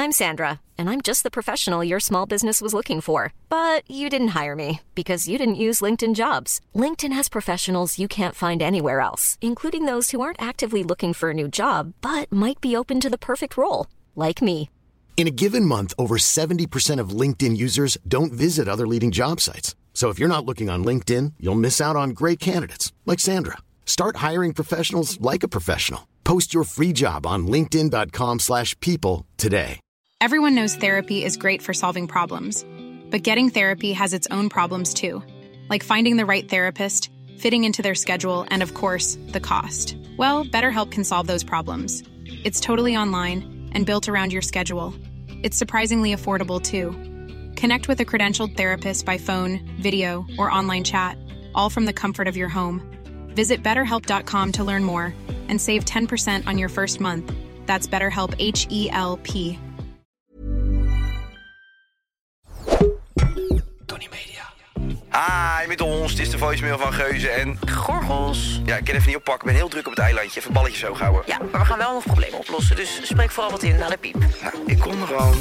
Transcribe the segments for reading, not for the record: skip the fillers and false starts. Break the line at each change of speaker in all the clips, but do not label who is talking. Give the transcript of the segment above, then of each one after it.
I'm Sandra, and I'm just the professional your small business was looking for. But you didn't hire me because you didn't use LinkedIn Jobs. LinkedIn has professionals you can't find anywhere else, including those who aren't actively looking for a new job, but might be open to the perfect role, like me.
In a given month, over 70% of LinkedIn users don't visit other leading job sites. So if you're not looking on LinkedIn, you'll miss out on great candidates like Sandra. Start hiring professionals like a professional. Post your free job on linkedin.com/people today.
Everyone knows therapy is great for solving problems, but getting therapy has its own problems too, like finding the right therapist, fitting into their schedule, and of course, the cost. Well, BetterHelp can solve those problems. It's totally online and built around your schedule. It's surprisingly affordable too. Connect with a credentialed therapist by phone, video, or online chat, all from the comfort of your home. Visit BetterHelp.com to learn more and save 10% on your first month. That's BetterHelp, H-E-L-P.
Tony Media. Hi, met ons. Het is de voicemail van Geuze en Gorgels. Ja, ik kan even niet oppakken. Ik ben heel druk op het eilandje. Even balletjes zo houden.
Ja, maar we gaan wel nog problemen oplossen. Dus spreek vooral wat in naar de piep.
Nou, ik kom er gewoon.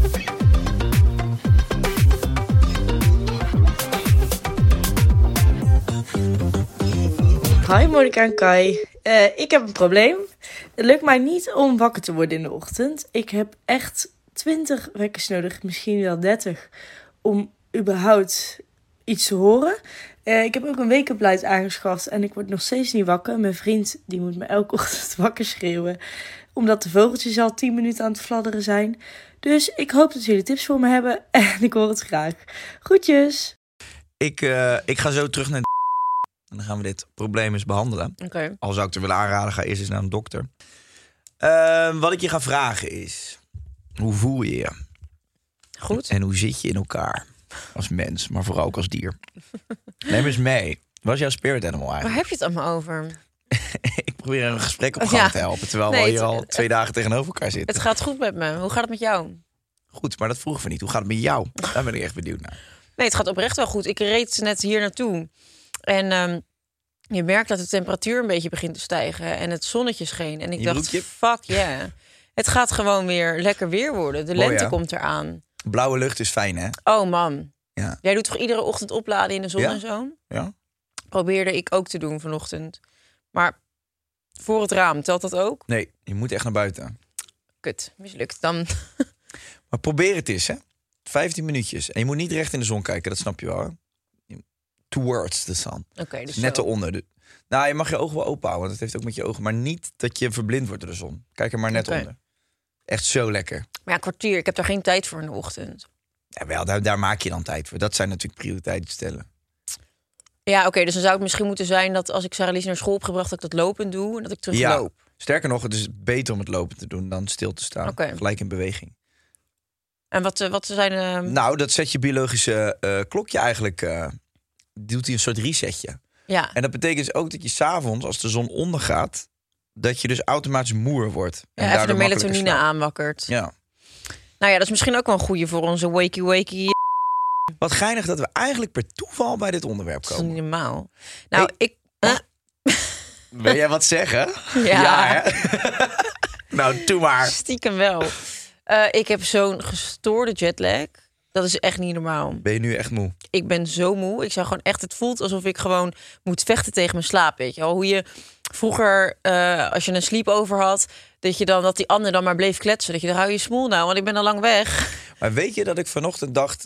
Hi Monica en Kai. Ik heb een probleem. Het lukt mij niet om wakker te worden in de ochtend. Ik heb echt 20 wekkers nodig, misschien wel 30, om überhaupt iets te horen. Ik heb ook een wake-up light aangeschaft en ik word nog steeds niet wakker. Mijn vriend die moet me elke ochtend wakker schreeuwen, omdat de vogeltjes al 10 minuten aan het fladderen zijn. Dus ik hoop dat jullie tips voor me hebben en ik hoor het graag. Groetjes!
Ik ga zo terug naar en dan gaan we dit probleem eens behandelen.
Oké.
Al zou ik er willen aanraden, ga eerst eens naar een dokter. Wat ik je ga vragen is, hoe voel je je?
Goed.
En hoe zit je in elkaar? Als mens, maar vooral ook als dier. Neem eens mee. Wat is jouw spirit animal
Waar
eigenlijk?
heb je het allemaal over?
Ik probeer een gesprek op gang te helpen, terwijl we hier al 2 dagen tegenover elkaar zitten.
Het gaat goed met me. Hoe gaat het met jou?
Goed, maar dat vroegen we niet. Hoe gaat het met jou? Daar ben ik echt benieuwd naar.
Nee, het gaat oprecht wel goed. Ik reed net hier naartoe. En je merkt dat de temperatuur een beetje begint te stijgen. En het zonnetje scheen. En ik dacht,
broekje?
fuck yeah. Het gaat gewoon weer lekker weer worden. De lente komt eraan.
Blauwe lucht is fijn, hè?
Oh man.
Ja.
Jij doet toch iedere ochtend opladen in de zon
Ja?
en zo?
Ja.
Probeerde ik ook te doen vanochtend. Maar voor het raam, telt dat ook?
Nee, je moet echt naar buiten.
Kut, mislukt dan.
Maar probeer het eens, hè? 15 minuutjes. En je moet niet recht in de zon kijken, dat snap je wel, hè? Towards the sun.
Oké, dus
Net
zo.
eronder. Nou, je mag je ogen wel open houden, want dat heeft ook met je ogen. Maar niet dat je verblind wordt door de zon. Kijk er maar net
Oké.
onder. Echt zo lekker.
Maar ja, kwartier. Ik heb daar geen tijd voor in de ochtend.
Ja, wel, daar maak je dan tijd voor. Dat zijn natuurlijk prioriteiten stellen.
Ja, oké. Dus dan zou het misschien moeten zijn dat als ik Sarah Lies naar school heb gebracht, dat ik dat lopend doe en dat ik terugloop.
Ja, sterker nog, het is beter om het lopen te doen dan stil te staan.
Oké.
Gelijk in beweging.
En wat zijn de...
Nou, dat zet je biologische klokje eigenlijk... doet hij een soort resetje.
Ja,
En dat betekent dus ook dat je 's avonds, als de zon ondergaat, dat je dus automatisch moer wordt. En
ja, even de
daardoor makkelijker
melatonine
slaapt.
aanwakkert.
Ja.
Nou ja, dat is misschien ook wel een goeie voor onze wakey.
Wat geinig dat we eigenlijk per toeval bij dit onderwerp
Dat is niet
komen.
normaal. Nou,
Hey,
ik...
Wil jij wat zeggen?
Ja.
hè? Nou, doe maar.
Stiekem wel. Ik heb zo'n gestoorde jetlag. Dat is echt niet normaal.
Ben je nu echt moe?
Ik ben zo moe. Ik zou gewoon echt... Het voelt alsof ik gewoon moet vechten tegen mijn slaap, weet je wel. Hoe je vroeger, als je een sleepover had, dat die ander dan maar bleef kletsen. Dat je, daar hou je smoel nou, want ik ben al lang weg.
Maar weet je dat ik vanochtend dacht...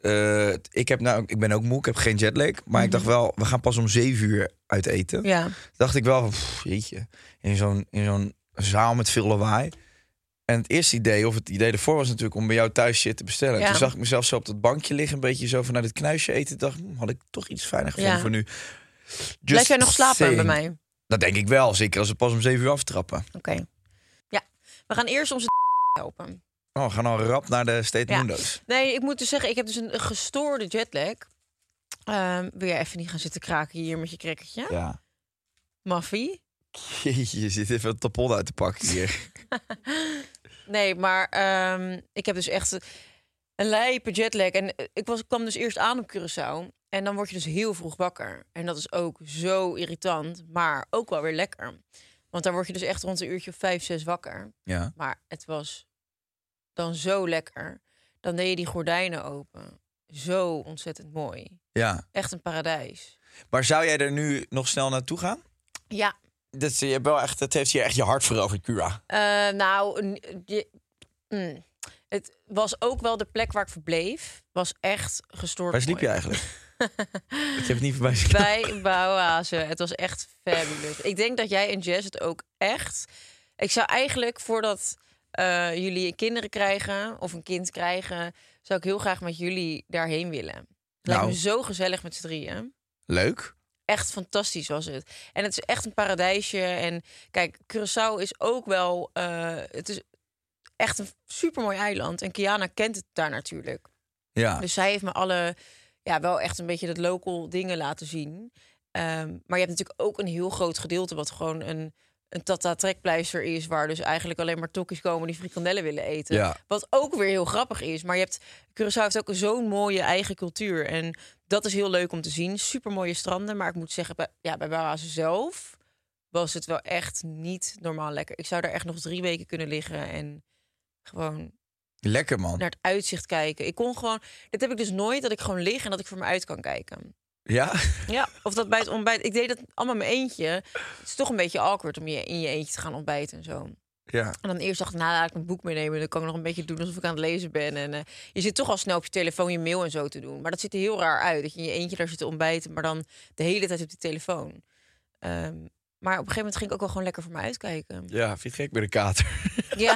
ik ben ook moe, ik heb geen jetlag. Maar ik dacht wel, we gaan pas om 7 uur uit eten.
Ja.
Dacht ik wel, jeetje, in zo'n zaal met veel lawaai. En het eerste idee, of het idee ervoor was natuurlijk om bij jou thuis shit te bestellen.
Ja.
Toen zag ik mezelf zo op dat bankje liggen, een beetje zo vanuit het knuisje eten. Dacht, had ik toch iets fijner gevonden
Ja.
voor nu.
Blijf jij nog slapen
saying.
bij mij?
Dat denk ik wel, zeker als we pas om 7 uur aftrappen.
Oké. Ja, we gaan eerst onze helpen.
Oh, we gaan al rap naar de State
Ja.
Mundo's.
Nee, ik moet dus zeggen, ik heb dus een gestoorde jetlag. Wil jij even niet gaan zitten kraken hier met je crackertje?
Ja.
Maffie?
Jeetje, je zit even een tapon uit te pakken hier.
Nee, maar ik heb dus echt een lijpe jetlag. En kwam dus eerst aan op Curaçao. En dan word je dus heel vroeg wakker. En dat is ook zo irritant, maar ook wel weer lekker. Want dan word je dus echt rond een uurtje of 5, 6 wakker.
Ja.
Maar het was dan zo lekker. Dan deed je die gordijnen open. Zo ontzettend mooi.
Ja.
Echt een paradijs.
Maar zou jij er nu nog snel naartoe gaan?
Ja.
Je hebt wel echt, het heeft je echt je hart veroverd, Cura.
Het was ook wel de plek waar ik verbleef. Was echt gestoord.
Waar sliep je
mooi.
eigenlijk? Ik heb het niet voorbij zien.
Bij Bouwhazen. Het was echt fabulous. Ik denk dat jij en Jess het ook echt... Ik zou eigenlijk, voordat jullie kinderen krijgen... of een kind krijgen... zou ik heel graag met jullie daarheen willen. Het lijkt me zo gezellig met z'n drieën.
Leuk.
Echt fantastisch was het. En het is echt een paradijsje. En kijk, Curaçao is ook wel... het is echt een supermooi eiland. En Kiana kent het daar natuurlijk.
Ja.
Dus zij heeft me wel echt een beetje dat local dingen laten zien. Maar je hebt natuurlijk ook een heel groot gedeelte... wat gewoon een tata-trekpleister is... waar dus eigenlijk alleen maar tokkies komen... die frikandellen willen eten.
Ja.
Wat ook weer heel grappig is. Maar Curaçao heeft ook zo'n mooie eigen cultuur. En dat is heel leuk om te zien. Supermooie stranden. Maar ik moet zeggen, bij Bouwhazen zelf... was het wel echt niet normaal lekker. Ik zou daar echt nog 3 weken kunnen liggen... en gewoon...
Lekker, man.
naar het uitzicht kijken. Ik kon gewoon... Dit heb ik dus nooit, dat ik gewoon lig en dat ik voor me uit kan kijken.
Ja?
Ja, of dat bij het ontbijt. Ik deed dat allemaal in mijn eentje. Het is toch een beetje awkward om in je eentje te gaan ontbijten en zo.
Ja.
En dan eerst dacht ik, laat ik een boek meenemen. Dan kan ik nog een beetje doen alsof ik aan het lezen ben. En je zit toch al snel op je telefoon je mail en zo te doen. Maar dat ziet er heel raar uit. Dat je in je eentje daar zit te ontbijten, maar dan de hele tijd op die telefoon. Maar op een gegeven moment ging ik ook wel gewoon lekker voor me uitkijken.
Ja, vind je het gek met een kater?
Ja.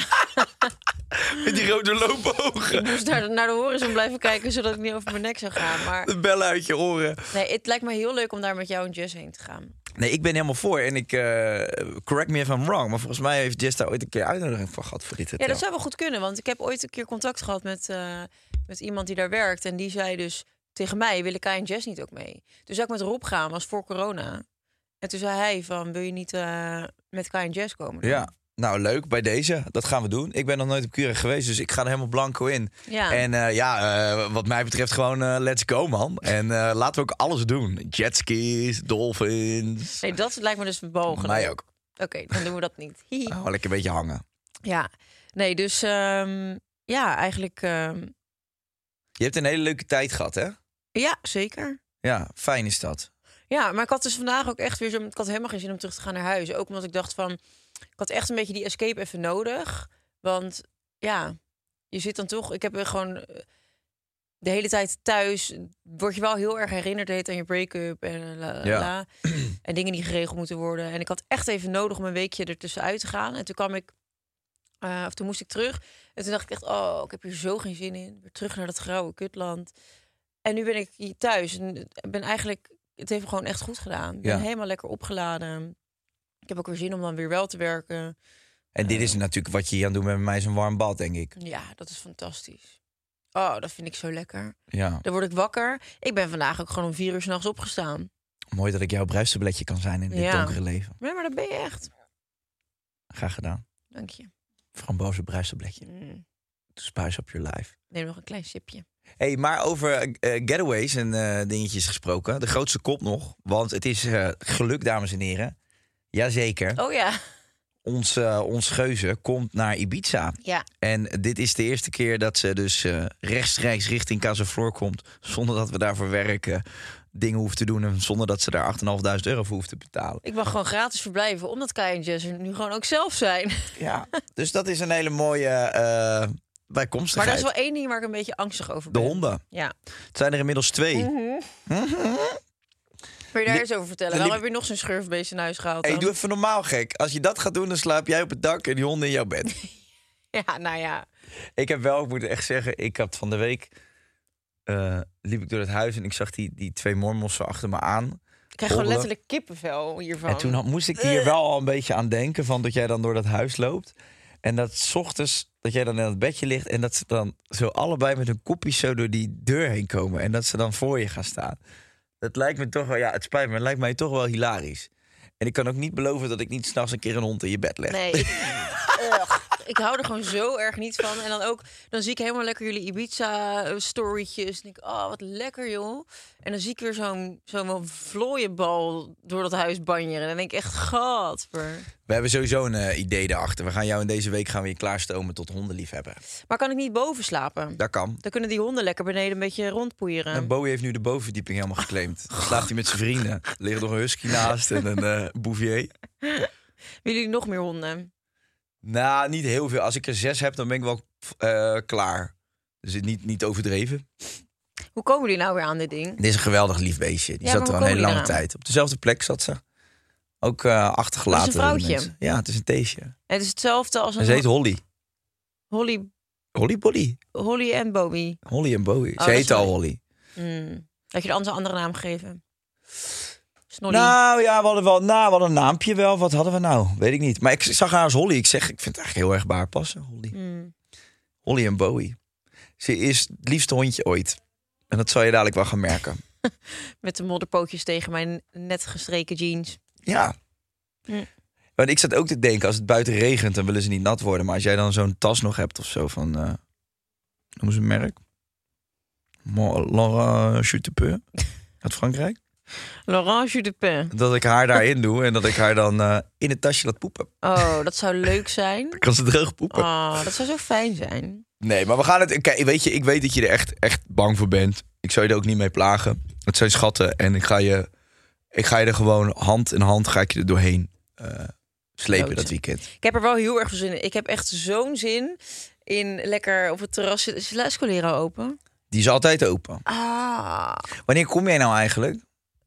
Met die rode loopogen.
Ik moest naar de horizon blijven kijken, zodat ik niet over mijn nek zou gaan. Maar
De bellen uit je oren.
nee, het lijkt me heel leuk om daar met jou en Jess heen te gaan.
Nee, ik ben helemaal voor. En ik, correct me if I'm wrong, maar volgens mij heeft Jess daar ooit een keer uitnodiging van gehad voor dit hotel.
Ja, dat zou wel goed kunnen, want ik heb ooit een keer contact gehad met iemand die daar werkt. En die zei dus tegen mij, willen Kai en Jess niet ook mee? Toen zou ik met Rob gaan, was voor corona. En toen zei hij van, wil je niet met Kai en Jess komen? Dan?
Ja, nou leuk, bij deze. Dat gaan we doen. Ik ben nog nooit op Cura geweest, dus ik ga er helemaal blanco in.
Ja.
En wat mij betreft gewoon let's go, man. En laten we ook alles doen. Jetskis, dolphins.
Nee, dat lijkt me dus verbogen.
Mij ook.
Oké, dan doen we dat niet. Hihi.
Oh, lekker een beetje hangen.
Ja, nee, dus eigenlijk...
Je hebt een hele leuke tijd gehad, hè?
ja, zeker.
Ja, fijn is dat.
Ja, maar ik had dus vandaag ook echt weer zo... Ik had helemaal geen zin om terug te gaan naar huis. Ook omdat ik dacht van... Ik had echt een beetje die escape even nodig. Want ja, je zit dan toch... Ik heb er gewoon de hele tijd thuis... Word je wel heel erg herinnerd heet aan je break-up en
Ja.
en dingen die geregeld moeten worden. En ik had echt even nodig om een weekje ertussenuit te gaan. En toen kwam ik... toen moest ik terug. En toen dacht ik echt... Oh, ik heb hier zo geen zin in. Weer terug naar dat grauwe kutland. En nu ben ik hier thuis. En ben eigenlijk... Het heeft me gewoon echt goed gedaan. Ik ben helemaal lekker opgeladen. Ik heb ook weer zin om dan weer wel te werken.
En dit is natuurlijk wat je hier aan het doen bent met mij, is een warm bad, denk ik.
Ja, dat is fantastisch. Oh, dat vind ik zo lekker.
Ja.
Dan word ik wakker. Ik ben vandaag ook gewoon om 4 uur 's nachts opgestaan.
Mooi dat ik jouw bruistabletje kan zijn in dit donkere leven.
Ja, maar dat ben je echt.
Graag gedaan.
Dank je.
Frambozen bruistabletje. To spice up your life.
Neem nog een klein sipje.
Hey, maar over getaways en dingetjes gesproken. De grootste kop nog. Want het is geluk, dames en heren. Jazeker.
Oh ja.
Ons geuze komt naar Ibiza.
Ja.
En dit is de eerste keer dat ze dus rechtstreeks richting Casaflor komt. Zonder dat we daarvoor werken, dingen hoeven te doen. En zonder dat ze daar €8.500 voor hoeft te betalen.
Ik mag gewoon gratis verblijven. Omdat Kai en Jess er nu gewoon ook zelf zijn.
Ja, dus dat is een hele mooie bijkomstigheid.
Maar er is wel één ding waar ik een beetje angstig over ben.
De honden.
Ja.
Het zijn er inmiddels 2.
Wil je daar eens over vertellen?
de
Waarom
lief-
heb je nog zo'n schurfbeest in huis gehaald
Hey,
dan?
doe even normaal, gek. Als je dat gaat doen, dan slaap jij op het dak en die honden in jouw bed.
Ja, nou ja.
Ik moet echt zeggen, ik had van de week... liep ik door het huis en ik zag die 2 mormossen achter me aan.
Ik krijg gewoon
hobbelen.
letterlijk kippenvel hiervan.
En toen moest ik hier wel al een beetje aan denken... van dat jij dan door dat huis loopt. En dat 's ochtends, dat jij dan in het bedje ligt... en dat ze dan zo allebei met hun kopjes zo door die deur heen komen... en dat ze dan voor je gaan staan. Dat lijkt me toch wel... Ja, het spijt me, het lijkt mij toch wel hilarisch. En ik kan ook niet beloven dat ik niet 's nachts een keer een hond in je bed leg.
Nee, Ik hou er gewoon zo erg niet van. En dan zie ik helemaal lekker jullie Ibiza-storytjes. En denk ik, oh, wat lekker, joh. En dan zie ik weer zo'n vlooienbal door dat huis banjeren. En dan denk ik echt, gadver.
We hebben sowieso een idee daarachter. We gaan jou in deze week je klaarstomen tot hondenliefhebber.
Maar kan ik niet boven slapen?
Dat kan.
Dan kunnen die honden lekker beneden een beetje rondpoeieren.
En Bowie heeft nu de bovenverdieping helemaal geclaimd. Dan slaapt hij met zijn vrienden. Er ligt nog een husky naast en een bouvier.
Willen jullie nog meer honden?
Nou, niet heel veel. Als ik er 6 heb, dan ben ik wel klaar. Dus niet overdreven.
Hoe komen jullie nou weer aan dit ding?
Dit is een geweldig lief beestje. Die zat er al een hele lange tijd. Op dezelfde plek zat ze. Ook achtergelaten.
Het is een vrouwtje?
Ja, het is een teestje.
Het is hetzelfde als een...
En ze heet Holly.
Holly
Bolly.
Holly en Bowie.
Holly en Bowie.
Oh,
ze heet al Holly.
Had je de andere naam gegeven? Snolly.
Nou ja, we hadden een naampje wel. Wat hadden we nou? Weet ik niet. Maar ik zag haar als Holly. Ik vind het eigenlijk heel erg bij haar passen. Holly. Holly en Bowie. Ze is het liefste hondje ooit. En dat zal je dadelijk wel gaan merken.
Met de modderpootjes tegen mijn net gestreken jeans.
Ja. Want ik zat ook te denken, als het buiten regent, dan willen ze niet nat worden. Maar als jij dan zo'n tas nog hebt of zo van... noem ze een merk? Laurent Jutepeu uit Frankrijk.
Laurent Jutepeu.
Dat ik haar daarin doe en dat ik haar dan in het tasje laat poepen.
Oh, dat zou leuk zijn.
Dan kan ze droog poepen.
Oh, dat zou zo fijn zijn.
Nee, maar we gaan het... Kijk, weet je, ik weet dat je er echt bang voor bent. Ik zou je er ook niet mee plagen. Het zijn schatten en ik ga je er gewoon hand in hand ga ik je er doorheen slepen dat weekend.
Ik heb er wel heel erg veel zin in. Ik heb echt zo'n zin in lekker op het terras zitten. Is de Escolero open?
Die is altijd open.
Ah.
Wanneer kom jij nou eigenlijk?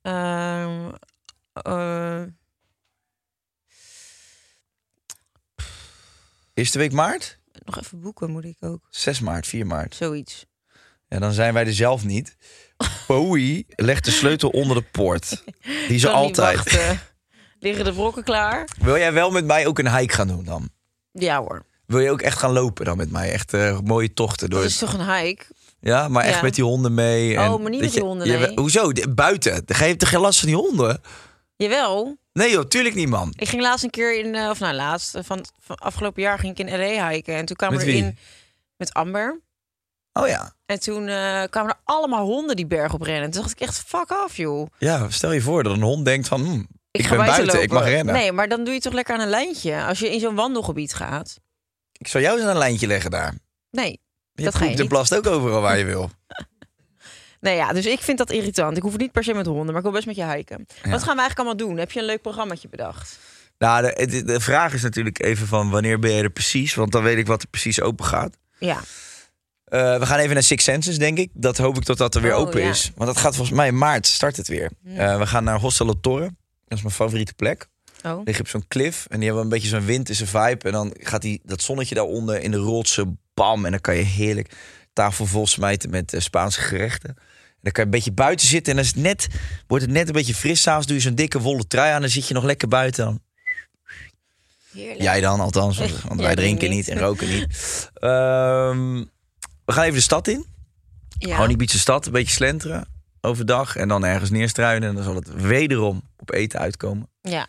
Eerste week maart?
Nog even boeken moet ik ook.
6 maart, 4 maart.
Zoiets.
Ja, dan zijn wij er zelf niet. Bowie legt de sleutel onder de poort. Die is er altijd.
Liggen de brokken klaar?
Wil jij wel met mij ook een hike gaan doen dan?
Ja hoor.
Wil je ook echt gaan lopen dan met mij? Echt mooie tochten door.
Dat is toch een hike?
Ja, maar echt met die honden mee.
Oh, maar niet met die honden, nee.
Hoezo? Buiten. Dan geef je toch geen last van die honden?
Jawel.
Nee joh, tuurlijk niet, man.
Ik ging laatst een keer van afgelopen jaar ging ik in LA hiken. En toen kwamen
Met
we
wie?
in met Amber.
Oh ja.
En toen kwamen er allemaal honden die berg op rennen. Toen dacht ik echt, fuck af joh.
Ja, stel je voor dat een hond denkt van... ik
ga
ben buiten, ik mag rennen.
Nee, maar dan doe je toch lekker aan een lijntje. Als je in zo'n wandelgebied gaat.
Ik zou jou eens aan een lijntje leggen daar.
Nee,
Je
dat ga je
poept en
niet.
plast ook overal waar je wil.
Nee, ja, dus ik vind dat irritant. Ik hoef het niet per se met honden, maar ik wil best met je hiken.
Ja.
Wat gaan we eigenlijk allemaal doen? Heb je een leuk programmaatje bedacht?
Nou, de vraag is natuurlijk even van wanneer ben je er precies? Want dan weet ik wat er precies open gaat.
Ja.
We gaan even naar Six Senses, denk ik. Dat hoop ik dat er weer open
ja.
is. Want dat gaat volgens mij in maart, start het weer. We gaan naar Hostel La Torre. Dat is mijn favoriete plek.
Oh.
Lig je op zo'n cliff en die hebben een beetje zo'n winterse vibe. En dan gaat dat zonnetje daaronder in de rotsen, bam. En dan kan je heerlijk tafel vol smijten met Spaanse gerechten. En dan kan je een beetje buiten zitten en dan is wordt het net een beetje fris. 's Avonds doe je zo'n dikke wollen trui aan, dan zit je nog lekker buiten. Dan.
Heerlijk.
Jij dan althans, want wij drinken niet en roken niet. We gaan even de stad in.
Ja.
Gewoon Ibiza stad, een beetje slenteren overdag. En dan ergens neerstruinen. En dan zal het wederom op eten uitkomen.
Ja.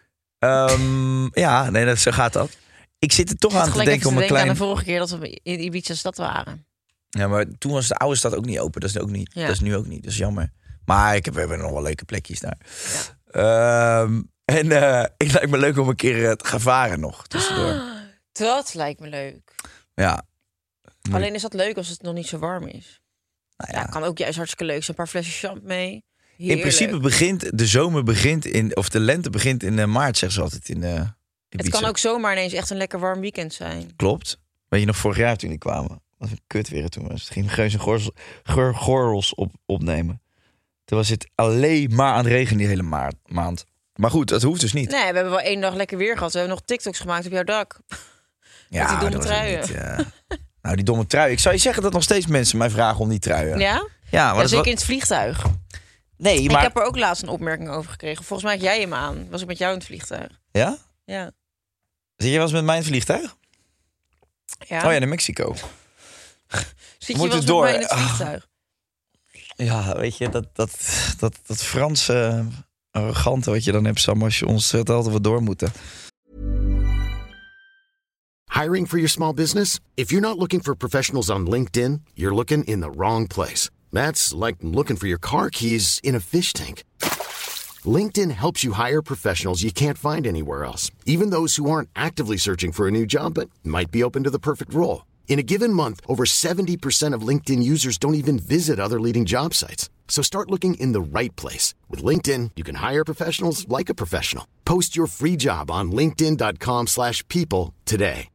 Ja, nee, zo gaat dat. Ik zit er toch aan te denken om een klein...
aan de vorige keer dat we in Ibiza stad waren.
Ja, maar toen was de oude stad ook niet open. Dat is ook niet.
Ja.
Dat is nu ook niet. Dat is jammer. Maar we hebben nog wel leuke plekjes daar. Ja. Het lijkt me leuk om een keer te gaan varen nog tussendoor.
Dat lijkt me leuk.
Ja.
Alleen is dat leuk als het nog niet zo warm is.
Nou
ja, kan ook juist hartstikke leuk zijn. Een paar flesjes champ mee. Heerlijk.
In principe begint de zomer of de lente begint in maart, zeggen ze altijd in Ibiza.
Het kan ook zomaar ineens echt een lekker warm weekend zijn.
Klopt. Weet je nog vorig jaar toen die kwamen? Wat een kut weer toen was. Het ging Geus en Gorrels opnemen. Toen was het alleen maar aan het regenen die hele maand. Maar goed, dat hoeft dus niet.
Nee, we hebben wel 1 dag lekker weer gehad. We hebben nog TikToks gemaakt op jouw dak.
Ja,
met die domme
dat was
truien.
niet, ja. Nou, die domme trui. Ik zou je zeggen dat nog steeds mensen mij vragen om die truien.
Ja?
Ja, maar
Zeker in het vliegtuig.
Nee, maar...
Ik heb er ook laatst een opmerking over gekregen. Volgens mij had jij hem aan. Was ik met jou in het vliegtuig.
Ja?
Ja.
Zit je wel eens met mijn vliegtuig?
Ja.
Oh ja, naar Mexico.
Zit je wel eens met mij in het vliegtuig?
Ja, weet je, dat Franse arrogante wat je dan hebt, Sam, als je ons altijd wat door moeten.
Hiring for your small business? If you're not looking for professionals on LinkedIn, you're looking in the wrong place. That's like looking for your car keys in a fish tank. LinkedIn helps you hire professionals you can't find anywhere else, even those who aren't actively searching for a new job but might be open to the perfect role. In a given month, over 70% of LinkedIn users don't even visit other leading job sites. So start looking in the right place. With LinkedIn, you can hire professionals like a professional. Post your free job on linkedin.com/people today.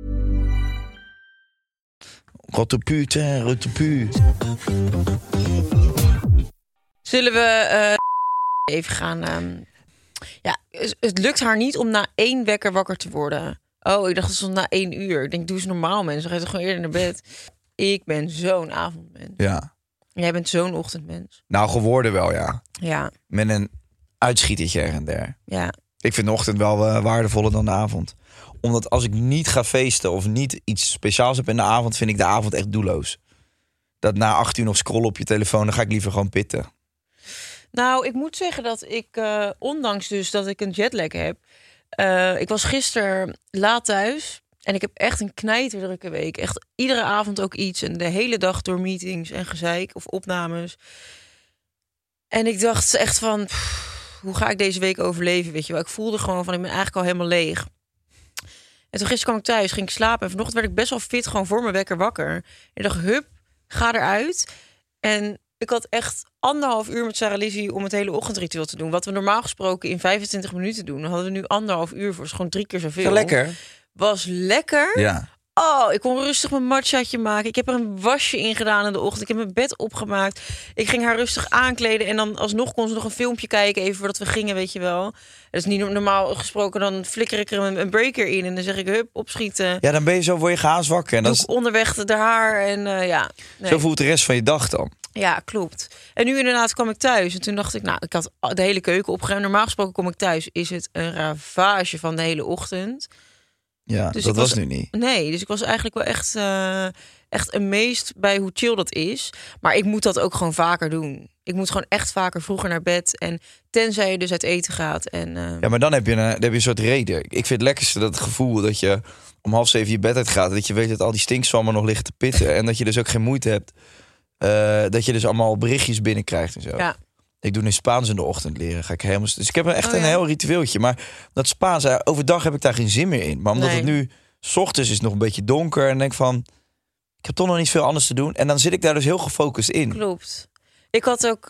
Rotopuut.
Zullen we even gaan... Ja, het lukt haar niet om na 1 wekker wakker te worden. Oh, ik dacht dat stond na 1 uur. Ik denk, doe eens normaal, mensen. Dan ga je toch gewoon eerder naar bed. Ik ben zo'n avondmens.
Ja.
Jij bent zo'n ochtendmens.
Nou, geworden wel, ja.
Ja.
Met een uitschietertje her en der.
Ja.
Ik vind de ochtend wel waardevoller dan de avond. Omdat als ik niet ga feesten of niet iets speciaals heb in de avond, vind ik de avond echt doelloos. Dat na 8 uur nog scrollen op je telefoon, dan ga ik liever gewoon pitten.
Nou, ik moet zeggen dat ik, ondanks dus dat ik een jetlag heb... ik was gisteren laat thuis en ik heb echt een knijterdrukke week. Echt iedere avond ook iets en de hele dag door meetings en gezeik of opnames. En ik dacht echt van, hoe ga ik deze week overleven, weet je wel. Ik voelde gewoon van, ik ben eigenlijk al helemaal leeg. En toen gisteren kwam ik thuis, ging ik slapen en vanochtend werd ik best wel fit, gewoon voor mijn wekker wakker. En ik dacht, hup, ga eruit. En ik had echt 1,5 uur met Sarah Lizzie om het hele ochtendritueel te doen. Wat we normaal gesproken in 25 minuten doen. Dan hadden we nu 1,5 uur voor. Dus gewoon 3 keer zoveel.
Ja, lekker.
Was lekker.
Ja.
Oh, ik kon rustig mijn matchaatje maken. Ik heb er een wasje in gedaan in de ochtend. Ik heb mijn bed opgemaakt. Ik ging haar rustig aankleden. En dan alsnog kon ze nog een filmpje kijken. Even voordat we gingen, weet je wel. Dat is niet normaal gesproken. Dan flikker ik er een breaker in. En dan zeg ik, hup, opschieten.
Ja, dan ben je zo, word je gaaswakker. En
Doe
dat
ik onderweg de haar. En ja. Nee.
Zo voelt de rest van je dag dan.
Ja, klopt. En nu inderdaad kwam ik thuis. En toen dacht ik, nou, ik had de hele keuken opgeruimd. Normaal gesproken kom ik thuis. Is het een ravage van de hele ochtend.
Ja,
Dus
dat was nu niet.
Nee, dus ik was eigenlijk wel echt amazed bij hoe chill dat is. Maar ik moet dat ook gewoon vaker doen. Ik moet gewoon echt vaker vroeger naar bed. En tenzij je dus uit eten gaat. En,
Ja, maar dan heb je een soort reden. Ik vind het lekkerste dat gevoel dat je om 6:30 je bed uit gaat. Dat je weet dat al die stinkswammen nog liggen te pitten. En dat je dus ook geen moeite hebt. Dat je dus allemaal berichtjes binnenkrijgt en zo.
Ja.
Ik doe nu Spaans in de ochtend leren. Ga ik helemaal. Dus ik heb echt een
ja.
heel ritueeltje. Maar dat Spaans, overdag heb ik daar geen zin meer in. Maar omdat het nu 's ochtends is nog een beetje donker. En denk van, ik heb toch nog niet veel anders te doen. En dan zit ik daar dus heel gefocust in.
Klopt. Ik had ook...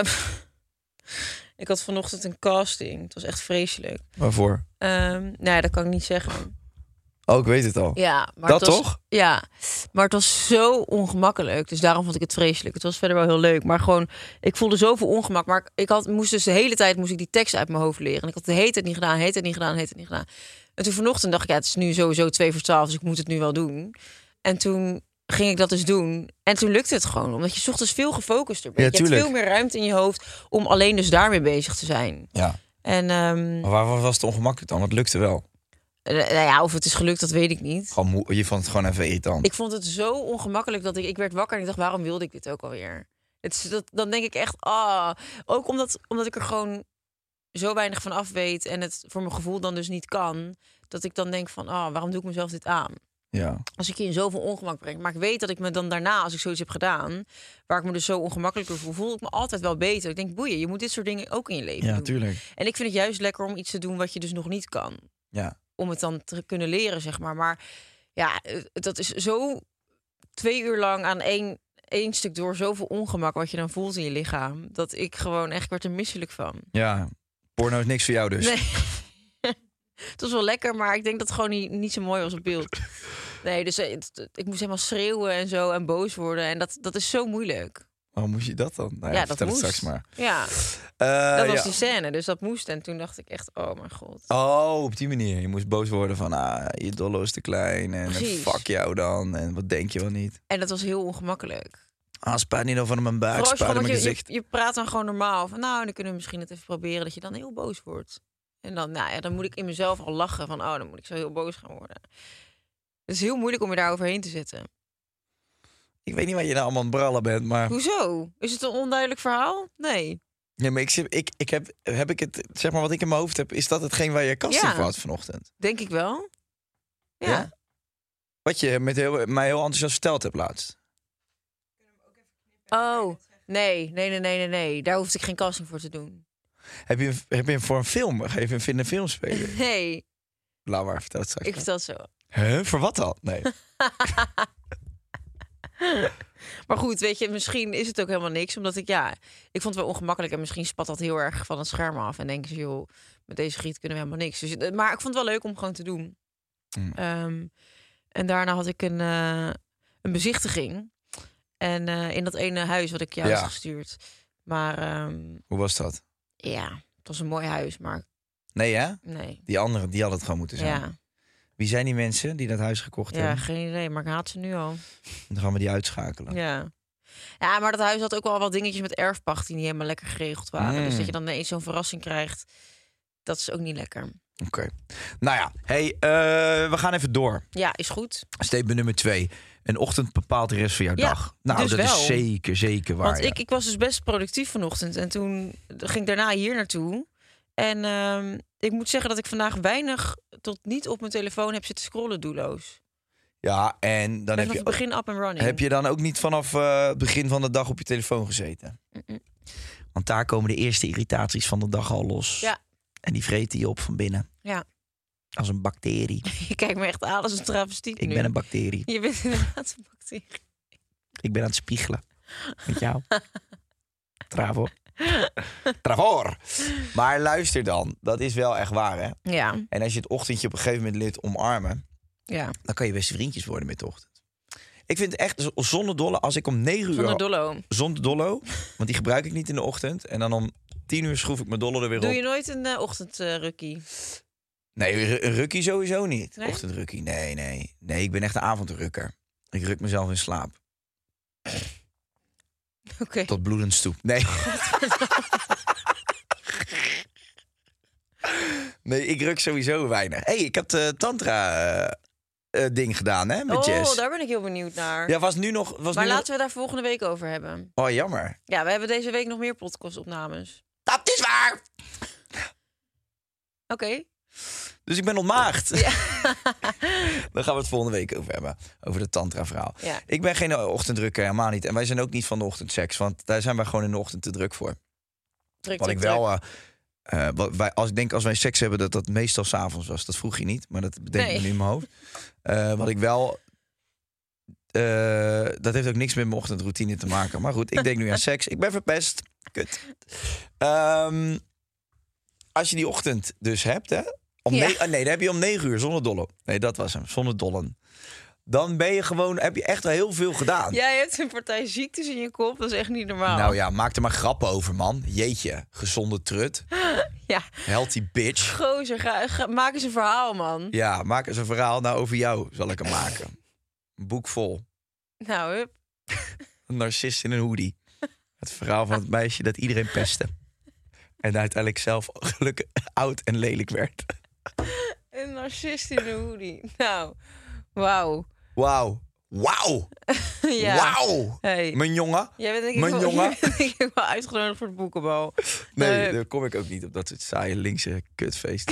ik had vanochtend een casting. Het was echt vreselijk.
Waarvoor?
Nee, dat kan ik niet zeggen.
Oh, ik weet het al.
Ja, maar
dat
het was,
toch?
Ja, maar het was zo ongemakkelijk. Dus daarom vond ik het vreselijk. Het was verder wel heel leuk. Maar gewoon, ik voelde zoveel ongemak. Maar moest dus de hele tijd die tekst uit mijn hoofd leren. En ik had de hele tijd niet gedaan. En toen vanochtend dacht ik, ja, het is nu sowieso 2:45. Dus ik moet het nu wel doen. En toen ging ik dat dus doen. En toen lukte het gewoon. Omdat je 's ochtends veel gefocuster bent.
Ja,
je hebt veel meer ruimte in je hoofd om alleen dus daarmee bezig te zijn.
Ja.
En,
Maar waar was het ongemakkelijk dan? Want het lukte wel.
nou ja, of het is gelukt, dat weet ik niet.
Gewoon je vond het gewoon even irritant.
Ik vond het zo ongemakkelijk dat ik werd wakker en ik dacht, waarom wilde ik dit ook alweer? Dan denk ik echt, ook omdat ik er gewoon zo weinig van af weet en het voor mijn gevoel dan dus niet kan, dat ik dan denk van, waarom doe ik mezelf dit aan?
Ja.
Als ik je in zoveel ongemak breng. Maar ik weet dat ik me dan daarna, als ik zoiets heb gedaan, waar ik me dus zo ongemakkelijk door voel ik me altijd wel beter. Ik denk, boeien, je moet dit soort dingen ook in je leven doen.
Tuurlijk.
En ik vind het juist lekker om iets te doen wat je dus nog niet kan.
Ja.
Om het dan te kunnen leren, zeg maar. Maar ja, dat is zo 2 uur lang aan één stuk door zoveel ongemak wat je dan voelt in je lichaam, dat ik gewoon echt word er misselijk van.
Ja, porno is niks voor jou dus.
Nee. Het was wel lekker, maar ik denk dat het gewoon niet zo mooi was op beeld. Nee, dus ik moest helemaal schreeuwen en zo en boos worden. En dat is zo moeilijk.
Waarom moest je dat dan? Nou
ja, dat moest.
Het straks maar.
Ja, dat was die scène, dus dat moest. En toen dacht ik echt, oh mijn god.
Oh, op die manier. Je moest boos worden van, je dollo is te klein. En
Precies.
fuck jou dan. En wat denk je wel niet?
En dat was heel ongemakkelijk.
Spuit niet over mijn buik,
Vooral
spuit in mijn
je
gezicht.
je praat dan gewoon normaal. Van nou, dan kunnen we misschien het even proberen dat je dan heel boos wordt. En dan, dan moet ik in mezelf al lachen van, dan moet ik zo heel boos gaan worden. Het is heel moeilijk om je daar overheen te zetten.
Ik weet niet waar je nou allemaal aan het brallen bent, maar...
Hoezo? Is het een onduidelijk verhaal? Nee.
Ja, maar heb ik het, zeg maar wat ik in mijn hoofd heb, is dat hetgeen waar je casting voor had vanochtend?
Denk ik wel. Ja.
Ja? Wat je mij heel enthousiast verteld hebt laatst.
Oh, nee. Daar hoefde ik geen casting voor te doen.
Heb je voor een film? Ga je in een film spelen?
Nee,
Laat maar, vertel het straks.
ik vertel het zo.
Huh? Voor wat dan? Nee.
Maar goed, weet je, misschien is het ook helemaal niks. Omdat ik vond het wel ongemakkelijk. En misschien spat dat heel erg van het scherm af. En denken ze, joh, met deze giet kunnen we helemaal niks. Dus, maar ik vond het wel leuk om gewoon te doen. En daarna had ik een bezichtiging. En in dat ene huis wat ik jou had gestuurd. Maar
Hoe was dat?
ja, het was een mooi huis, maar
Nee, hè?
nee.
Die anderen, die had het gewoon moeten zijn.
Ja,
Wie zijn die mensen die dat huis gekocht hebben?
geen idee, maar ik haat ze nu al.
Dan gaan we die uitschakelen.
Ja. Ja, maar dat huis had ook wel wat dingetjes met erfpacht die niet helemaal lekker geregeld waren. Dus dat je dan ineens zo'n verrassing krijgt, dat is ook niet lekker.
Oké. Nou ja, hey, we gaan even door.
Ja, is goed.
Statement nummer 2. Een ochtend bepaalt de rest van jouw
Ja,
dag. Nou,
dus
dat
wel.
is zeker waar.
Want
ja.
ik was dus best productief vanochtend. En toen ging ik daarna hier naartoe. En ik moet zeggen dat ik vandaag weinig tot niet op mijn telefoon heb zitten scrollen doelloos.
Ja, en dan
Ben
heb
vanaf
je,
het begin up and running.
heb je dan ook niet vanaf het begin van de dag op je telefoon gezeten? Want daar komen de eerste irritaties van de dag al los.
Ja.
En die vreten je op van binnen.
Ja.
Als een bacterie.
Je kijkt me echt aan als een travestiet
Ik
nu.
ben een bacterie.
Je bent inderdaad een bacterie.
Ik ben aan het spiegelen. Met jou. Travo. Travor. Maar luister dan. Dat is wel echt waar, hè?
Ja,
En als je het ochtendje op een gegeven moment leert omarmen,
ja.
dan kan je beste vriendjes worden met de ochtend. Ik vind het echt zonder dolle, als ik om 9 uur...
Zonder dollo.
Zonder dollo, want die gebruik ik niet in de ochtend. En dan om 10 uur schroef ik mijn dollar er weer
Doe
op.
je nooit een ochtendrukkie?
Nee, een rukkie sowieso niet.
Nee?
Ochtendrukkie, nee. Nee, ik ben echt een avondrukker. Ik ruk mezelf in slaap.
Oké.
Tot bloedend toe. Nee. Nee, ik ruk sowieso weinig. Hey, ik heb de tantra ding gedaan, hè, met Jess.
Oh, daar ben ik heel benieuwd naar.
Ja, was nu nog...
Maar laten we daar volgende week over hebben.
Oh, jammer.
Ja, we hebben deze week nog meer podcastopnames.
Dat is waar!
Oké.
Dus ik ben ontmaagd.
Ja.
Daar gaan we het volgende week over hebben. Over de tantra-verhaal.
Ja.
Ik ben geen ochtendrukker, helemaal niet. En wij zijn ook niet van de ochtendseks. Want daar zijn wij gewoon in de ochtend te druk voor. Wat ik wel... als wij seks hebben, dat meestal 's avonds was. Dat vroeg je niet, maar dat bedenk ik nu in mijn hoofd. Wat ik wel... dat heeft ook niks met mijn ochtendroutine te maken. Maar goed, ik denk nu aan seks. Ik ben verpest. Kut. Als je die ochtend dus hebt, hè? Dan heb je om 9 uur zonder dollen. Nee, dat was hem, zonder dollen. Dan ben je gewoon, heb je echt al heel veel gedaan.
Jij hebt een partij ziektes in je kop, dat is echt niet normaal.
Nou ja, maak er maar grappen over, man. Jeetje, gezonde trut.
Ja.
Healthy bitch.
Gozer, maak eens een verhaal, man.
Ja, maak eens een verhaal. Nou, over jou zal ik hem maken. Een boek vol.
Nou, hup.
Een narcist in een hoodie. Het verhaal van het meisje dat iedereen pestte. En uiteindelijk zelf gelukkig oud en lelijk werd.
Een narcist in een hoodie. Nou, wauw.
Wauw.
Ja.
Wauw.
Hey.
Mijn jongen.
Jij bent denk ik
Mijn
wel,
jongen.
jij bent denk ik wel uitgenodigd voor het boekenbal.
Nee, daar kom ik ook niet op dat soort saaie linkse kutfeest.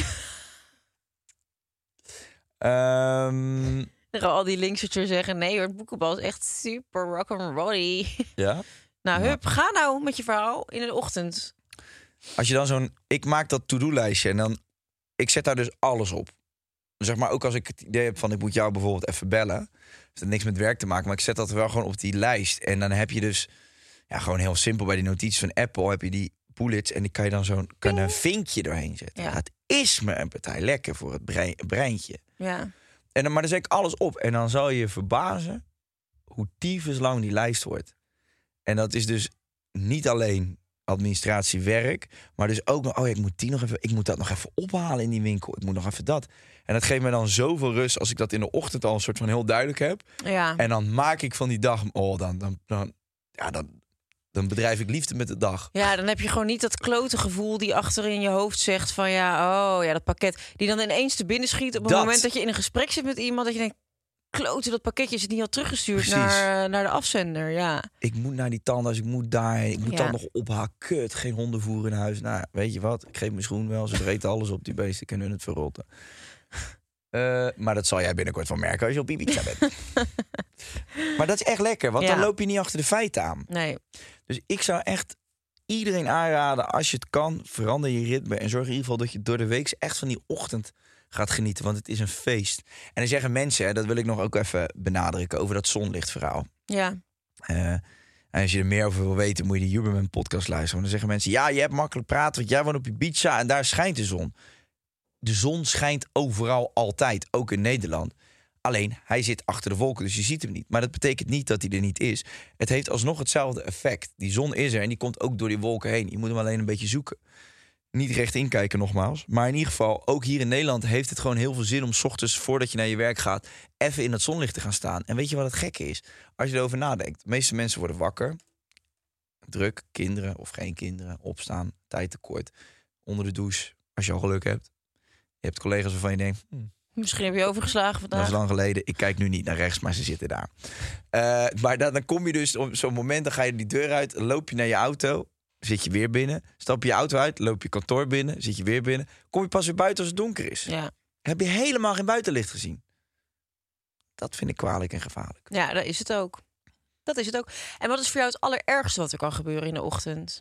Dan gaan al die linksers weer zeggen... nee hoor, het boekenbal is echt super rock'n'rolly.
Ja?
Nou, hup, ga nou met je verhaal in de ochtend.
Als je dan zo'n... Ik maak dat to-do-lijstje en dan... Ik zet daar dus alles op. Zeg maar, ook als ik het idee heb van... ik moet jou bijvoorbeeld even bellen. Dus dat niks met werk te maken. Maar ik zet dat wel gewoon op die lijst. En dan heb je dus... Ja, gewoon heel simpel bij die notities van Apple... heb je die bullets en die kan je dan een vinkje doorheen zetten.
Ja.
Het is me een partij lekker voor het breintje.
Ja.
Maar dan zet ik alles op. En dan zal je je verbazen... hoe tyfuslang die lijst wordt. En dat is dus niet alleen administratiewerk, maar dus ook nog, ik moet dat nog even ophalen in die winkel. Ik moet nog even dat. En dat geeft me dan zoveel rust als ik dat in de ochtend al een soort van heel duidelijk heb.
Ja.
En dan maak ik van die dag, dan bedrijf ik liefde met de dag.
Ja, dan heb je gewoon niet dat klote gevoel die achter in je hoofd zegt van dat pakket. Die dan ineens te binnen schiet op het moment dat je in een gesprek zit met iemand. Dat je denkt, klote, dat pakketje is het niet al teruggestuurd naar de afzender. Ja.
Ik moet naar die tandarts, ik moet daar, ik moet
Ja.
dan nog ophalen. Kut, geen hondenvoer in huis. Nou, weet je wat? Ik geef mijn schoen wel, ze vreten alles op, die beesten kunnen het verrotten. Maar dat zal jij binnenkort wel merken als je op Ibiza bent. Maar dat is echt lekker, want dan loop je niet achter de feiten aan.
Nee.
Dus ik zou echt iedereen aanraden, als je het kan, verander je ritme. En zorg in ieder geval dat je door de week echt van die ochtend gaat genieten. Want het is een feest. En dan zeggen mensen, hè, dat wil ik nog ook even benadrukken, over dat zonlichtverhaal.
Ja.
En als je er meer over wil weten, moet je de Huberman podcast luisteren. Want dan zeggen mensen, ja, je hebt makkelijk praten, want jij woont op Ibiza en daar schijnt de zon. De zon schijnt overal altijd, ook in Nederland. Alleen, hij zit achter de wolken, dus je ziet hem niet. Maar dat betekent niet dat hij er niet is. Het heeft alsnog hetzelfde effect. Die zon is er en die komt ook door die wolken heen. Je moet hem alleen een beetje zoeken. Niet recht inkijken nogmaals. Maar in ieder geval, ook hier in Nederland heeft het gewoon heel veel zin om 's ochtends, voordat je naar je werk gaat, even in dat zonlicht te gaan staan. En weet je wat het gekke is? Als je erover nadenkt. De meeste mensen worden wakker. Druk, kinderen of geen kinderen. Opstaan, tijd tekort. Onder de douche, als je al geluk hebt. Je hebt collega's waarvan je denkt,
Misschien heb je overgeslagen vandaag.
dat is lang geleden. Ik kijk nu niet naar rechts, maar ze zitten daar. Maar dan kom je dus op zo'n moment, dan ga je die deur uit, loop je naar je auto, zit je weer binnen. Stap je auto uit, loop je kantoor binnen, zit je weer binnen. Kom je pas weer buiten als het donker is.
Ja.
Heb je helemaal geen buitenlicht gezien. Dat vind ik kwalijk en gevaarlijk.
Ja, dat is het ook. Dat is het ook. En wat is voor jou het allerergste wat er kan gebeuren in de ochtend?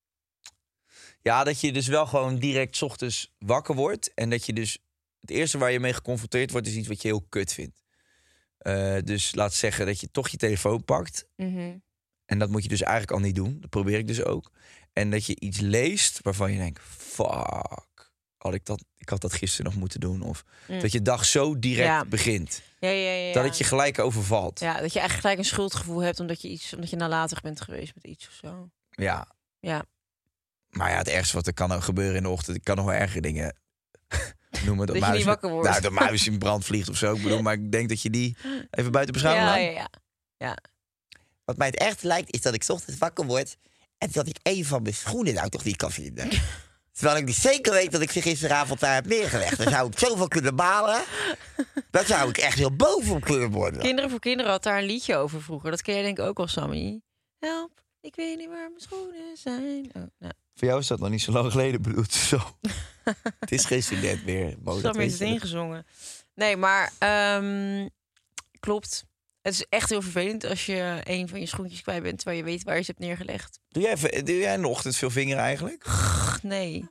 Ja, dat je dus wel gewoon direct 's ochtends wakker wordt. En dat je dus het eerste waar je mee geconfronteerd wordt, is iets wat je heel kut vindt. Dus laat zeggen dat je toch je telefoon pakt.
Mhm.
En dat moet je dus eigenlijk al niet doen. Dat probeer ik dus ook. En dat je iets leest waarvan je denkt, fuck, ik had dat gisteren nog moeten doen. Of dat je dag zo direct begint.
Ja.
Dat het je gelijk overvalt.
Ja, dat je eigenlijk gelijk een schuldgevoel hebt omdat je nalatig bent geweest met iets of zo.
Ja.
Ja.
Maar ja, het ergste wat er kan gebeuren in de ochtend, ik kan nog wel ergere dingen noemen.
Dat je niet wakker wordt.
Nou, de muis in brand vliegt of zo. Ik bedoel, maar ik denk dat je die even buiten beschouwing laat.
Ja.
Wat mij het echt lijkt, is dat ik 's ochtends wakker word en dat ik een van mijn schoenen nou toch niet kan vinden. Terwijl ik niet zeker weet dat ik ze gisteravond daar heb neergelegd. Dan zou ik zoveel kunnen balen. Dan zou ik echt heel boven op kunnen worden.
Kinderen voor Kinderen had daar een liedje over vroeger. Dat ken jij denk ik ook wel, Sammy. Help, ik weet niet waar mijn schoenen zijn. Oh, nou.
Voor jou is dat nog niet zo lang geleden bedoeld. Zo. Het is geen student meer.
Sammy heeft het ingezongen. Nee, maar klopt. Het is echt heel vervelend als je een van je schoentjes kwijt bent, terwijl je weet waar je ze hebt neergelegd.
Doe jij in de ochtend veel vingeren eigenlijk?
Nee.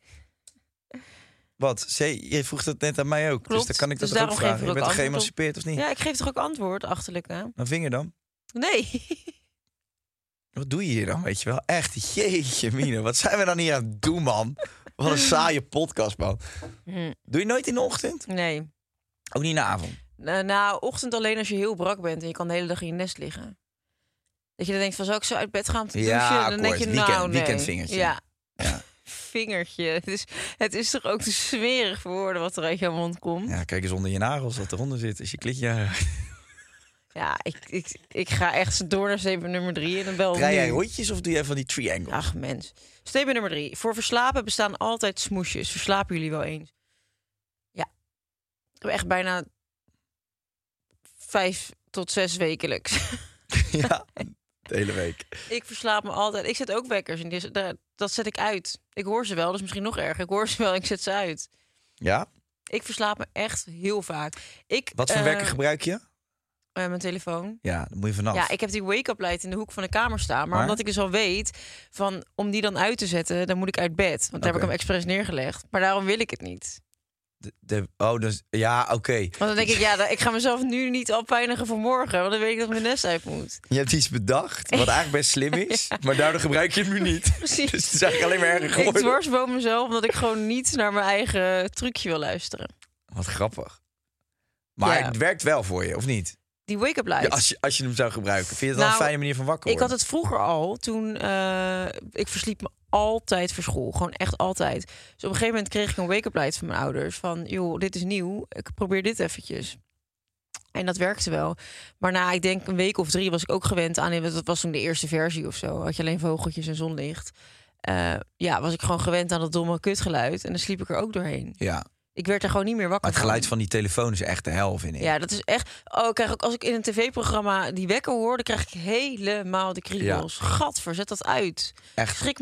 Wat? Je vroeg dat net aan mij ook.
Klopt.
Dus dan kan ik
Dus
dat ook
daarom geef ik
vragen. Je
ook
bent toch
antwoord
geëmancipeerd of niet?
Ja, ik geef toch ook antwoord, achterlijke.
Een vinger dan?
Nee.
Wat doe je hier dan, weet je wel? Echt, jeetje mine. Wat zijn we dan hier aan het doen, man? Wat een saaie podcast, man. Doe je nooit in de ochtend?
Nee.
Ook niet in de avond?
Nou, ochtend alleen als je heel brak bent en je kan de hele dag in je nest liggen. Dat je dan denkt van, zou ik zo uit bed gaan te douchen?
Ja,
Dan denk je, nee.
weekendvingertje.
Ja.
Ja.
Vingertje. Het is toch ook te smerig voor woorden wat er uit jouw mond komt?
Ja, kijk eens onder je nagels wat eronder zit. Als je klitje...
Ja, ik ga echt door naar statement nummer 3 en dan bel
Draai jij
nu.
rondjes of doe jij van die triangles?
Ach, mens. Statement nummer 3. Voor verslapen bestaan altijd smoesjes. Verslapen jullie wel eens? Ja. Ik heb echt bijna 5 tot 6 wekelijks.
Ja, de hele week.
Ik verslaap me altijd. Ik zet ook wekkers in. Dat zet ik uit. Ik hoor ze wel, dus misschien nog erger. Ik hoor ze wel, ik zet ze uit.
Ja?
Ik verslaap me echt heel vaak.
Wat voor wekker gebruik je?
Mijn telefoon.
Ja, dan moet je vanaf.
Ja, ik heb die wake-up light in de hoek van de kamer staan. Maar omdat ik dus al weet, van om die dan uit te zetten, dan moet ik uit bed. Want daar heb ik hem expres neergelegd. Maar daarom wil ik het niet.
Dus ja, oké.
Want dan denk ik, ik ga mezelf nu niet al pijnigen voor morgen. Want dan weet ik dat mijn nest uit moet.
Je hebt iets bedacht, wat eigenlijk best slim is. Maar daardoor gebruik je het nu niet.
Precies.
Dus het is eigenlijk alleen maar erger
Ik
geworden.
dwarsboom mezelf omdat ik gewoon niet naar mijn eigen trucje wil luisteren.
Wat grappig. Maar
Ja.
het werkt wel voor je, of niet?
Die wake-up light.
Ja, als je hem zou gebruiken. Vind je het wel een fijne manier van wakker
Ik
worden?
had het vroeger al, toen ik versliep me altijd voor school. Gewoon echt altijd. Dus op een gegeven moment kreeg ik een wake-up light van mijn ouders. Van, joh, dit is nieuw. Ik probeer dit eventjes. En dat werkte wel. Maar na, ik denk een week of 3 was ik ook gewend aan... Dat was toen de eerste versie of zo. Had je alleen vogeltjes en zonlicht. Was ik gewoon gewend aan dat domme kutgeluid. En dan sliep ik er ook doorheen.
Ja.
Ik werd er gewoon niet meer wakker
Maar het geluid van die telefoon is echt de hel, vind ik.
Ja, dat is echt... Oh, ik krijg ook, als ik in een tv-programma die wekker hoor... dan krijg ik helemaal de kriebels.
Ja.
Gadver, zet dat uit.
Echt.
Schrik me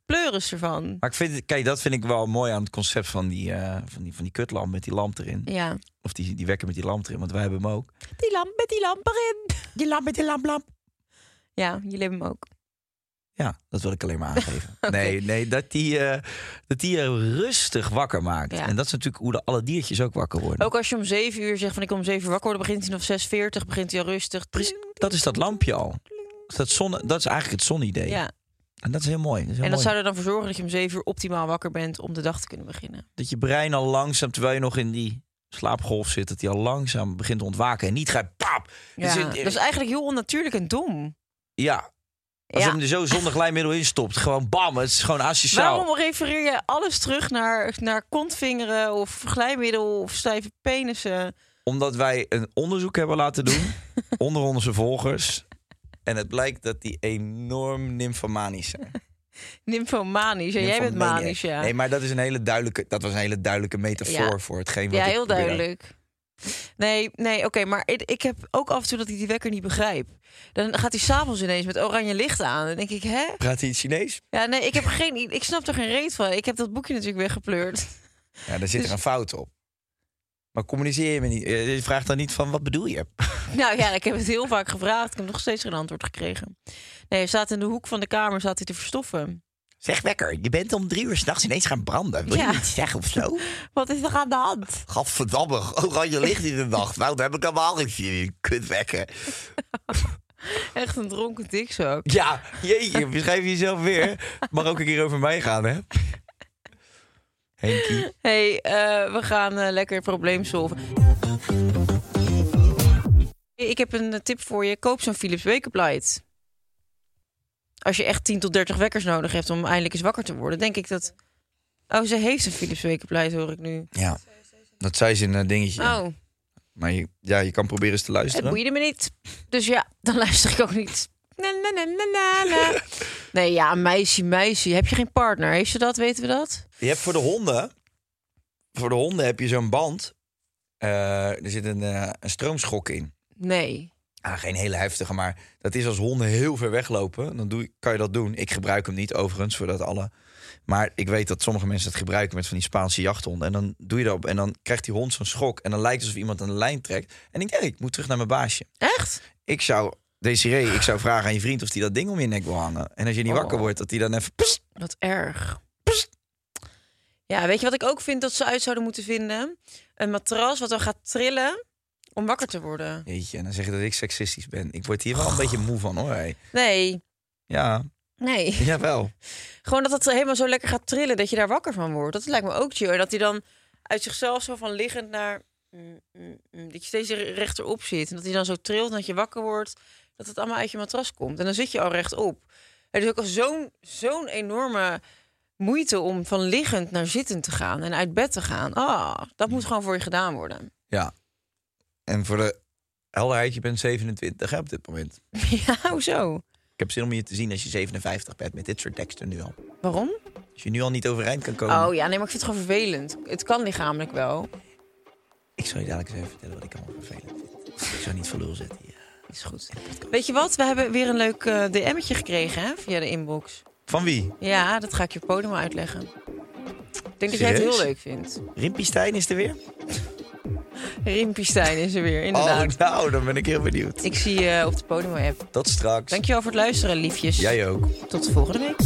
pleuris ervan.
Maar kijk, dat vind ik wel mooi aan het concept van die kutlamp met die lamp erin.
Ja.
Of die wekker met die lamp erin, want wij hebben hem ook.
Die lamp met die lamp erin.
Die lamp met die lamp.
Ja, jullie hebben hem ook.
Ja, dat wil ik alleen maar aangeven. Nee, dat die je rustig wakker maakt.
Ja.
En dat is natuurlijk hoe alle diertjes ook wakker worden.
Ook als je om 7 uur zegt van ik kom om 7 uur wakker worden, begint hij nog 6:40, begint hij al rustig.
Dat is dat lampje al. Dat is eigenlijk het zonidee.
Ja.
En dat is heel mooi.
En dat zou er dan voor zorgen dat je om 7 uur optimaal wakker bent om de dag te kunnen beginnen.
Dat je brein al langzaam, terwijl je nog in die slaapgolf zit, dat hij al langzaam begint te ontwaken. En niet gaat pap.
Ja, dat is eigenlijk heel onnatuurlijk en dom.
Ja. Als je hem er zo zonder glijmiddel in stopt. Gewoon bam, het is gewoon asociaal.
Waarom refereer je alles terug naar kontvingeren of glijmiddel of stijve penissen?
Omdat wij een onderzoek hebben laten doen onder onze volgers. En het blijkt dat die enorm nymphomanisch zijn.
Nymphomanisch, ja, jij bent manisch, ja.
Nee, maar dat was een hele duidelijke metafoor voor hetgeen wat
ja,
ik
heel
probeer.
duidelijk. Nee, oké, maar ik heb ook af en toe dat ik die wekker niet begrijp. Dan gaat hij s'avonds ineens met oranje licht aan. Dan denk ik, hè?
Praat hij het Chinees?
Ja, nee, ik snap er geen reet van. Ik heb dat boekje natuurlijk weggepleurd.
Ja, daar zit er een fout op. Maar communiceer je me niet? Je vraagt dan niet van, wat bedoel je?
Nou ja, ik heb het heel vaak gevraagd. Ik heb nog steeds geen antwoord gekregen. Nee, hij staat in de hoek van de kamer, staat hij te verstoffen.
Zeg wekker, je bent om 3 uur 's nachts ineens gaan branden. Wil je niet zeggen of zo?
Wat is er aan de hand?
Gadverdamme, oranje licht in de nacht. Nou, dan heb ik allemaal geen kut wekken.
Echt een dronken dikzak.
Ja, jeetje, beschrijf je jezelf weer. Mag ook een keer over mij gaan, hè? Henkie.
Hey, we gaan lekker probleem solven. Ik heb een tip voor je. Koop zo'n Philips Wake-up Light. Als je echt 10 tot 30 wekkers nodig hebt om eindelijk eens wakker te worden, denk ik dat... Oh, ze heeft een Philips Wake-up Light, hoor ik nu.
Ja, dat zei ze in een dingetje.
Oh.
Maar je kan proberen eens te luisteren.
Het boeide me niet. Dus ja, dan luister ik ook niet. Na. Nee, ja, meisje. Heb je geen partner? Heeft ze dat? Weten we dat?
Je hebt voor de honden heb je zo'n band. Er zit een stroomschok in.
Nee.
Geen hele heftige, maar dat is als honden heel ver weglopen. Dan kan je dat doen. Ik gebruik hem niet overigens, voordat alle... Maar ik weet dat sommige mensen het gebruiken met van die Spaanse jachthonden. En dan doe je dat op en dan krijgt die hond zo'n schok. En dan lijkt het alsof iemand aan de lijn trekt. En ik denk, ik moet terug naar mijn baasje.
Echt?
Ik zou vragen aan je vriend of hij dat ding om je nek wil hangen. En als je niet wakker wordt, dat hij dan even... Pst,
wat erg.
Pst.
Ja, weet je wat ik ook vind dat ze uit zouden moeten vinden? Een matras wat dan gaat trillen om wakker te worden.
Jeetje, en dan zeg je dat ik seksistisch ben. Ik word hier wel een beetje moe van, hoor. Hey.
Nee.
Ja.
Nee.
Jawel.
Gewoon dat het helemaal zo lekker gaat trillen, dat je daar wakker van wordt. Dat lijkt me ook chill. En dat hij dan uit zichzelf zo van liggend naar... dat je steeds rechterop zit. En dat hij dan zo trilt en dat je wakker wordt. Dat het allemaal uit je matras komt. En dan zit je al rechtop. Het is ook al zo'n enorme moeite om van liggend naar zittend te gaan. En uit bed te gaan. Dat moet gewoon voor je gedaan worden.
Ja. En voor de helderheid, je bent 27 hè, op dit moment.
Ja, hoezo?
Ik heb zin om je te zien als je 57 bent met dit soort teksten nu al.
Waarom?
Als je nu al niet overeind kan komen.
Oh ja, nee, maar ik vind het gewoon vervelend. Het kan lichamelijk wel.
Ik zal je dadelijk eens even vertellen wat ik allemaal vervelend vind. Ik zou niet voor lul zetten hier.
Is goed. Weet je wat? We hebben weer een leuk DM'tje gekregen, hè? Via de inbox.
Van wie?
Ja, dat ga ik je op podium uitleggen. Ik denk dat jij het heel leuk vindt.
Rimpie Stijn is er weer?
Rimpie Stijn is er weer, inderdaad.
Oh, nou, dan ben ik heel benieuwd.
Ik zie je op de podium-app.
Tot straks.
Dankjewel voor het luisteren, liefjes.
Jij ook.
Tot de volgende week.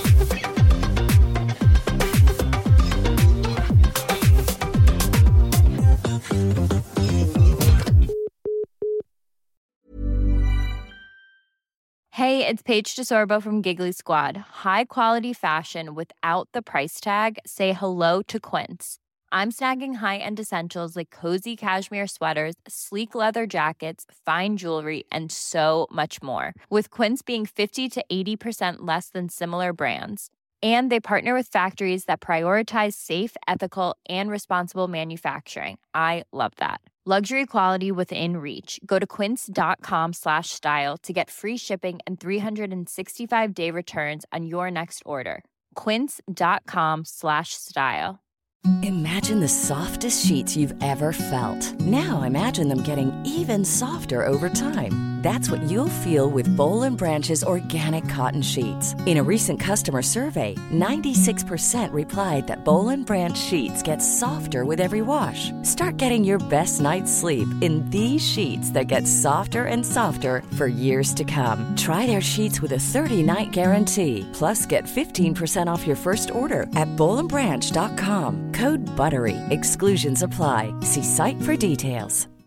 Hey, it's Paige DeSorbo from Giggly Squad. High quality fashion without the price tag. Say hello to Quince. I'm snagging high-end essentials like cozy cashmere sweaters, sleek leather jackets, fine jewelry, and so much more. With Quince being 50 to 80% less than similar brands. And they partner with factories that prioritize safe, ethical, and responsible manufacturing. I love that. Luxury quality within reach. Go to quince.com/style to get free shipping and 365-day returns on your next order. Quince.com/style.
Imagine the softest sheets you've ever felt. Now imagine them getting even softer over time. That's what you'll feel with Boll & Branch's organic cotton sheets. In a recent customer survey, 96% replied that Boll & Branch sheets get softer with every wash. Start getting your best night's sleep in these sheets that get softer and softer for years to come. Try their sheets with a 30-night guarantee. Plus, get 15% off your first order at bollandbranch.com. Code BUTTERY. Exclusions apply. See site for details.